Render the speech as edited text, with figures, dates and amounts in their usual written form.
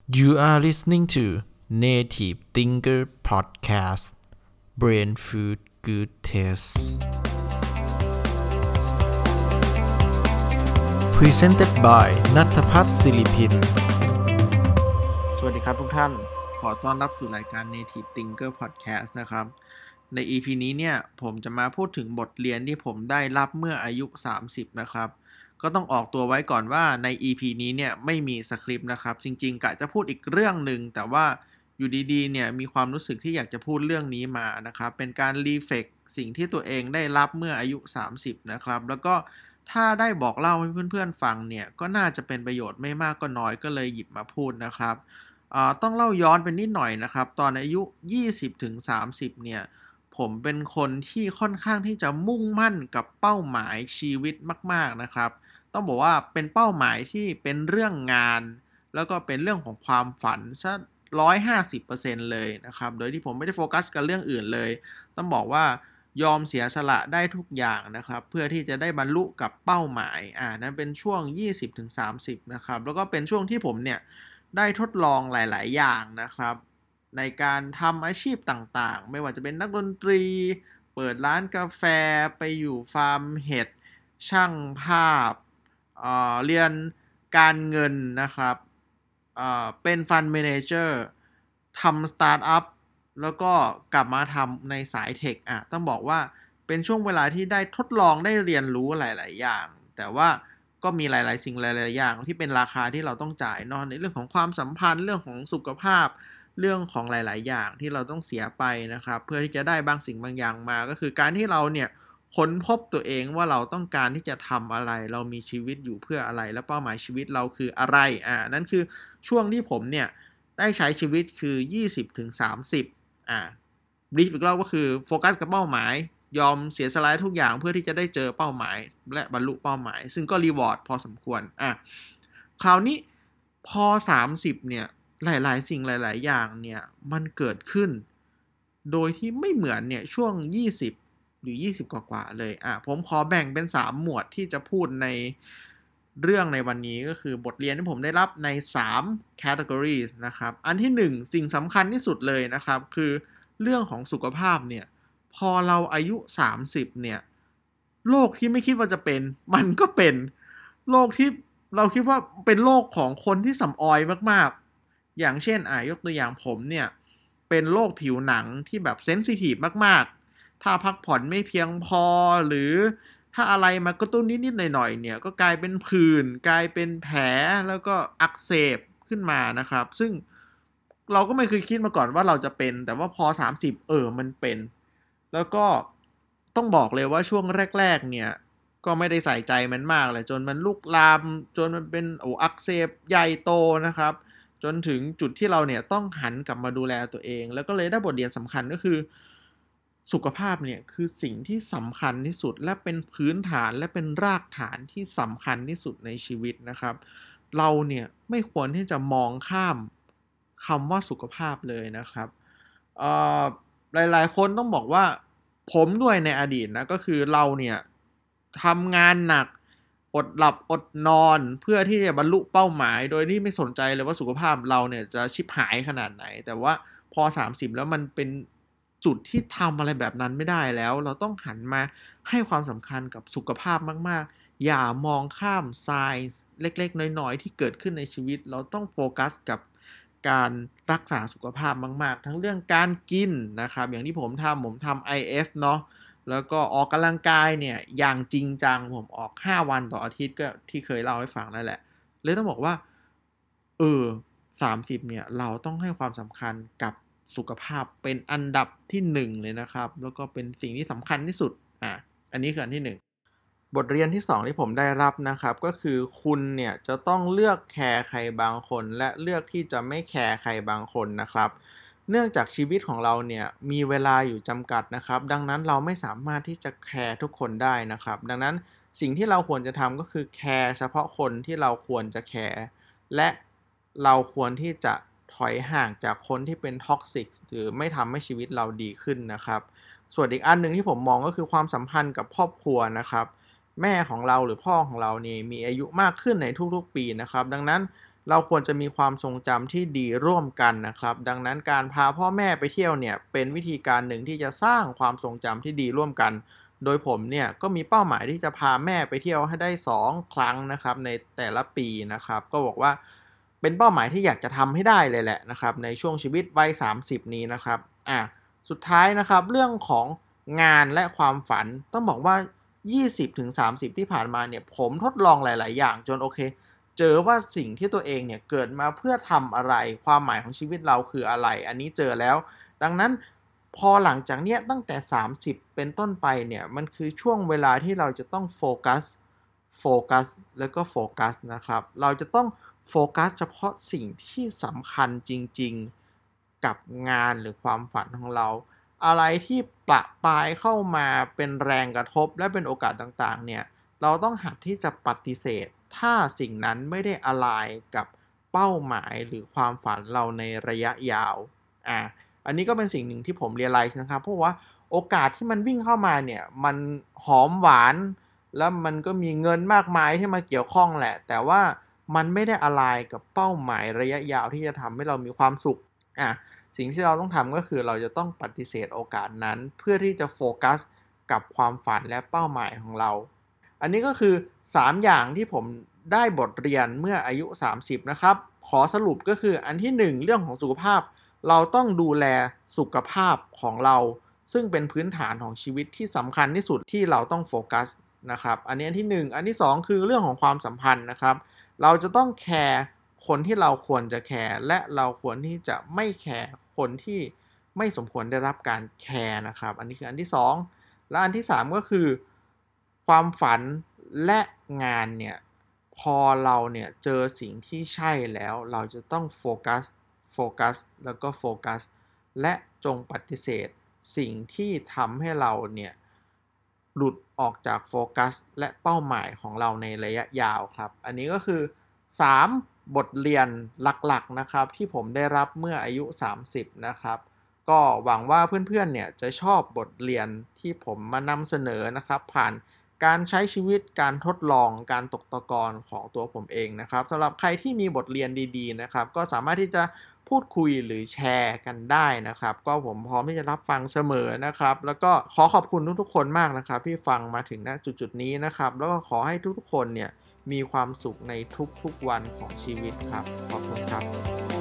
You are listening to Native Thinker Podcast Brain Food Good Taste Presented by ณัฐพัฒน์ศิริพินสวัสดีครับทุกท่านขอต้อนรับสู่รายการ Native Thinker Podcast นะครับใน EP นี้เนี่ยผมจะมาพูดถึงบทเรียนที่ผมได้รับเมื่ออายุ30นะครับก็ต้องออกตัวไว้ก่อนว่าใน EP นี้เนี่ยไม่มีสคริปต์นะครับจริงๆกะจะพูดอีกเรื่องนึงแต่ว่าอยู่ดีๆเนี่ยมีความรู้สึกที่อยากจะพูดเรื่องนี้มานะครับเป็นการรีเฟล็กสิ่งที่ตัวเองได้รับเมื่ออายุ30นะครับแล้วก็ถ้าได้บอกเล่าให้เพื่อนๆฟังเนี่ยก็น่าจะเป็นประโยชน์ไม่มากก็น้อยก็เลยหยิบมาพูดนะครับต้องเล่าย้อนไปนิดหน่อยนะครับตอนอายุ20-30เนี่ยผมเป็นคนที่ค่อนข้างที่จะมุ่งมั่นกับเป้าหมายชีวิตมากๆนะครับต้องบอกว่าเป็นเป้าหมายที่เป็นเรื่องงานแล้วก็เป็นเรื่องของความฝันซะ150%เลยนะครับโดยที่ผมไม่ได้โฟกัสกับเรื่องอื่นเลยต้องบอกว่ายอมเสียสละได้ทุกอย่างนะครับเพื่อที่จะได้บรรลุกับเป้าหมายนั้นเป็นช่วง20-30นะครับแล้วก็เป็นช่วงที่ผมเนี่ยได้ทดลองหลายๆอย่างนะครับในการทำอาชีพต่างๆไม่ว่าจะเป็นนักดนตรีเปิดร้านกาแฟไปอยู่ฟาร์มเห็ดช่างภาพเรียนการเงินนะครับเป็นฟันเมเนเจอร์ทำสตาร์ทอัพแล้วก็กลับมาทำในสายเทคต้องบอกว่าเป็นช่วงเวลาที่ได้ทดลองได้เรียนรู้หลายๆอย่างแต่ว่าก็มีหลายๆสิ่งหลายๆอย่างที่เป็นราคาที่เราต้องจ่ายเนาะในเรื่องของความสัมพันธ์เรื่องของสุขภาพเรื่องของหลายๆอย่างที่เราต้องเสียไปนะครับเพื่อที่จะได้บางสิ่งบางอย่างมาก็คือการที่เราเนี่ยค้นพบตัวเองว่าเราต้องการที่จะทำอะไรเรามีชีวิตอยู่เพื่ออะไรและเป้าหมายชีวิตเราคืออะไรนั่นคือช่วงที่ผมเนี่ยได้ใช้ชีวิตคือ20-30บรีฟอีกรอบก็คือโฟกัสกับเป้าหมายยอมเสียสละทุกอย่างเพื่อที่จะได้เจอเป้าหมายและบรรลุเป้าหมายซึ่งก็รีวอร์ดพอสมควรคราวนี้พอ30เนี่ยหลายๆสิ่งหลายๆอย่างเนี่ยมันเกิดขึ้นโดยที่ไม่เหมือนเนี่ยช่วง20หรือ20กว่าๆเลยผมขอแบ่งเป็น3หมวดที่จะพูดในเรื่องในวันนี้ก็คือบทเรียนที่ผมได้รับใน3 categories นะครับอันที่1สิ่งสำคัญที่สุดเลยนะครับคือเรื่องของสุขภาพเนี่ยพอเราอายุ30เนี่ยโรคที่ไม่คิดว่าจะเป็นมันก็เป็นโรคที่เราคิดว่าเป็นโรคของคนที่สำออยมากๆอย่างเช่นยกตัวอย่างผมเนี่ยเป็นโรคผิวหนังที่แบบเซนซิทีฟมากๆถ้าพักผ่อนไม่เพียงพอหรือถ้าอะไรมากระตุ้นนิดๆหน่อยๆเนี่ยก็กลายเป็นผื่นกลายเป็นแผลแล้วก็อักเสบขึ้นมานะครับซึ่งเราก็ไม่เคยคิดมาก่อนว่าเราจะเป็นแต่ว่าพอ30มันเป็นแล้วก็ต้องบอกเลยว่าช่วงแรกๆเนี่ยก็ไม่ได้ใส่ใจมันมากเลยจนมันลุกลามจนมันเป็นอักเสบใหญ่โตนะครับจนถึงจุดที่เราเนี่ยต้องหันกลับมาดูแลตัวเองแล้วก็เลยได้บทเรียนสำคัญก็คือสุขภาพเนี่ยคือสิ่งที่สำคัญที่สุดและเป็นพื้นฐานและเป็นรากฐานที่สำคัญที่สุดในชีวิตนะครับเราเนี่ยไม่ควรที่จะมองข้ามคำว่าสุขภาพเลยนะครับเอ่อหลายๆคนต้องบอกว่าผมด้วยในอดีตนะก็คือเราเนี่ยทำงานหนักอดหลับอดนอนเพื่อที่จะบรรลุเป้าหมายโดยที่ไม่สนใจเลยว่าสุขภาพเราเนี่ยจะชิบหายขนาดไหนแต่ว่าพอ30แล้วมันเป็นจุดที่ทำอะไรแบบนั้นไม่ได้แล้วเราต้องหันมาให้ความสำคัญกับสุขภาพมากๆอย่ามองข้ามไซน์เล็กๆน้อยๆที่เกิดขึ้นในชีวิตเราต้องโฟกัสกับการรักษาสุขภาพมากๆทั้งเรื่องการกินนะครับอย่างที่ผมทำ IF เนาะแล้วก็ออกกำลังกายเนี่ยอย่างจริงจังผมออก5วันต่ออาทิตย์ก็ที่เคยเล่าให้ฟังนั่นแหละเลยต้องบอกว่าเออ30เนี่ยเราต้องให้ความสำคัญกับสุขภาพเป็นอันดับที่1เลยนะครับแล้วก็เป็นสิ่งที่สำคัญที่สุดอันนี้คืออันที่1บทเรียนที่2ที่ผมได้รับนะครับก็คือคุณเนี่ยจะต้องเลือกแคร์ใครบางคนและเลือกที่จะไม่แคร์ใครบางคนนะครับเนื่องจากชีวิตของเราเนี่ยมีเวลาอยู่จำกัดนะครับดังนั้นเราไม่สามารถที่จะแคร์ทุกคนได้นะครับดังนั้นสิ่งที่เราควรจะทำก็คือแคร์เฉพาะคนที่เราควรจะแคร์และเราควรที่จะถอยห่างจากคนที่เป็นท็อกซิกหรือไม่ทำให้ชีวิตเราดีขึ้นนะครับส่วนอีกอันหนึ่งที่ผมมองก็คือความสัมพันธ์กับครอบครัวนะครับ แม่ของเราหรือพ่อของเรานี่มีอายุมากขึ้นในทุกๆปีนะครับดังนั้นเราควรจะมีความทรงจำที่ดีร่วมกันนะครับดังนั้นการพาพ่อแม่ไปเที่ยวเนี่ยเป็นวิธีการหนึ่งที่จะสร้างความทรงจำที่ดีร่วมกันโดยผมเนี่ยก็มีเป้าหมายที่จะพาแม่ไปเที่ยวให้ได้2ครั้งนะครับในแต่ละปีนะครับก็บอกว่าเป็นเป้าหมายที่อยากจะทำให้ได้เลยแหละนะครับในช่วงชีวิตวัย30นี้นะครับสุดท้ายนะครับเรื่องของงานและความฝันต้องบอกว่า20-30ที่ผ่านมาเนี่ยผมทดลองหลายๆอย่างจนโอเคเจอว่าสิ่งที่ตัวเองเนี่ยเกิดมาเพื่อทำอะไรความหมายของชีวิตเราคืออะไรอันนี้เจอแล้วดังนั้นพอหลังจากเนี้ยตั้งแต่30เป็นต้นไปเนี่ยมันคือช่วงเวลาที่เราจะต้องโฟกัสแล้วก็โฟกัสนะครับเราจะต้องโฟกัสเฉพาะสิ่งที่สำคัญจริงๆกับงานหรือความฝันของเราอะไรที่ประปรายเข้ามาเป็นแรงกระทบและเป็นโอกาสต่างๆเนี่ยเราต้องหัดที่จะปฏิเสธถ้าสิ่งนั้นไม่ได้อะไลน์กับเป้าหมายหรือความฝันเราในระยะยาวอันนี้ก็เป็นสิ่งหนึ่งที่ผมเรียลไลซ์นะครับเพราะว่าโอกาสที่มันวิ่งเข้ามาเนี่ยมันหอมหวานแล้วมันก็มีเงินมากมายที่มาเกี่ยวข้องแหละแต่ว่ามันไม่ได้อะไลน์กับเป้าหมายระยะยาวที่จะทำให้เรามีความสุขสิ่งที่เราต้องทำก็คือเราจะต้องปฏิเสธโอกาสนั้นเพื่อที่จะโฟกัสกับความฝันและเป้าหมายของเราอันนี้ก็คือ3อย่างที่ผมได้บทเรียนเมื่ออายุ30นะครับขอสรุปก็คืออันที่1เรื่องของสุขภาพเราต้องดูแลสุขภาพของเราซึ่งเป็นพื้นฐานของชีวิตที่สำคัญที่สุดที่เราต้องโฟกัสนะครับอันนี้อันที่1อันที่2คือเรื่องของความสัมพันธ์นะครับเราจะต้องแคร์คนที่เราควรจะแคร์และเราควรที่จะไม่แคร์คนที่ไม่สมควรได้รับการแคร์นะครับอันนี้คืออันที่2และอันที่3ก็คือความฝันและงานเนี่ยพอเราเนี่ยเจอสิ่งที่ใช่แล้วเราจะต้องโฟกัสแล้วก็โฟกัสและจงปฏิเสธสิ่งที่ทำให้เราเนี่ยหลุดออกจากโฟกัสและเป้าหมายของเราในระยะยาวครับอันนี้ก็คือ3บทเรียนหลักๆนะครับที่ผมได้รับเมื่ออายุ30นะครับก็หวังว่าเพื่อนๆเนี่ยจะชอบบทเรียนที่ผมมานำเสนอนะครับผ่านการใช้ชีวิตการทดลองการตกตะกอนของตัวผมเองนะครับสำหรับใครที่มีบทเรียนดีๆนะครับก็สามารถที่จะพูดคุยหรือแชร์กันได้นะครับก็ผมพร้อมที่จะรับฟังเสมอนะครับแล้วก็ขอขอบคุณทุกๆคนมากนะครับที่ฟังมาถึงณจุดๆนี้นะครับแล้วก็ขอให้ทุกๆคนเนี่ยมีความสุขในทุกๆวันของชีวิตครับขอบคุณครับ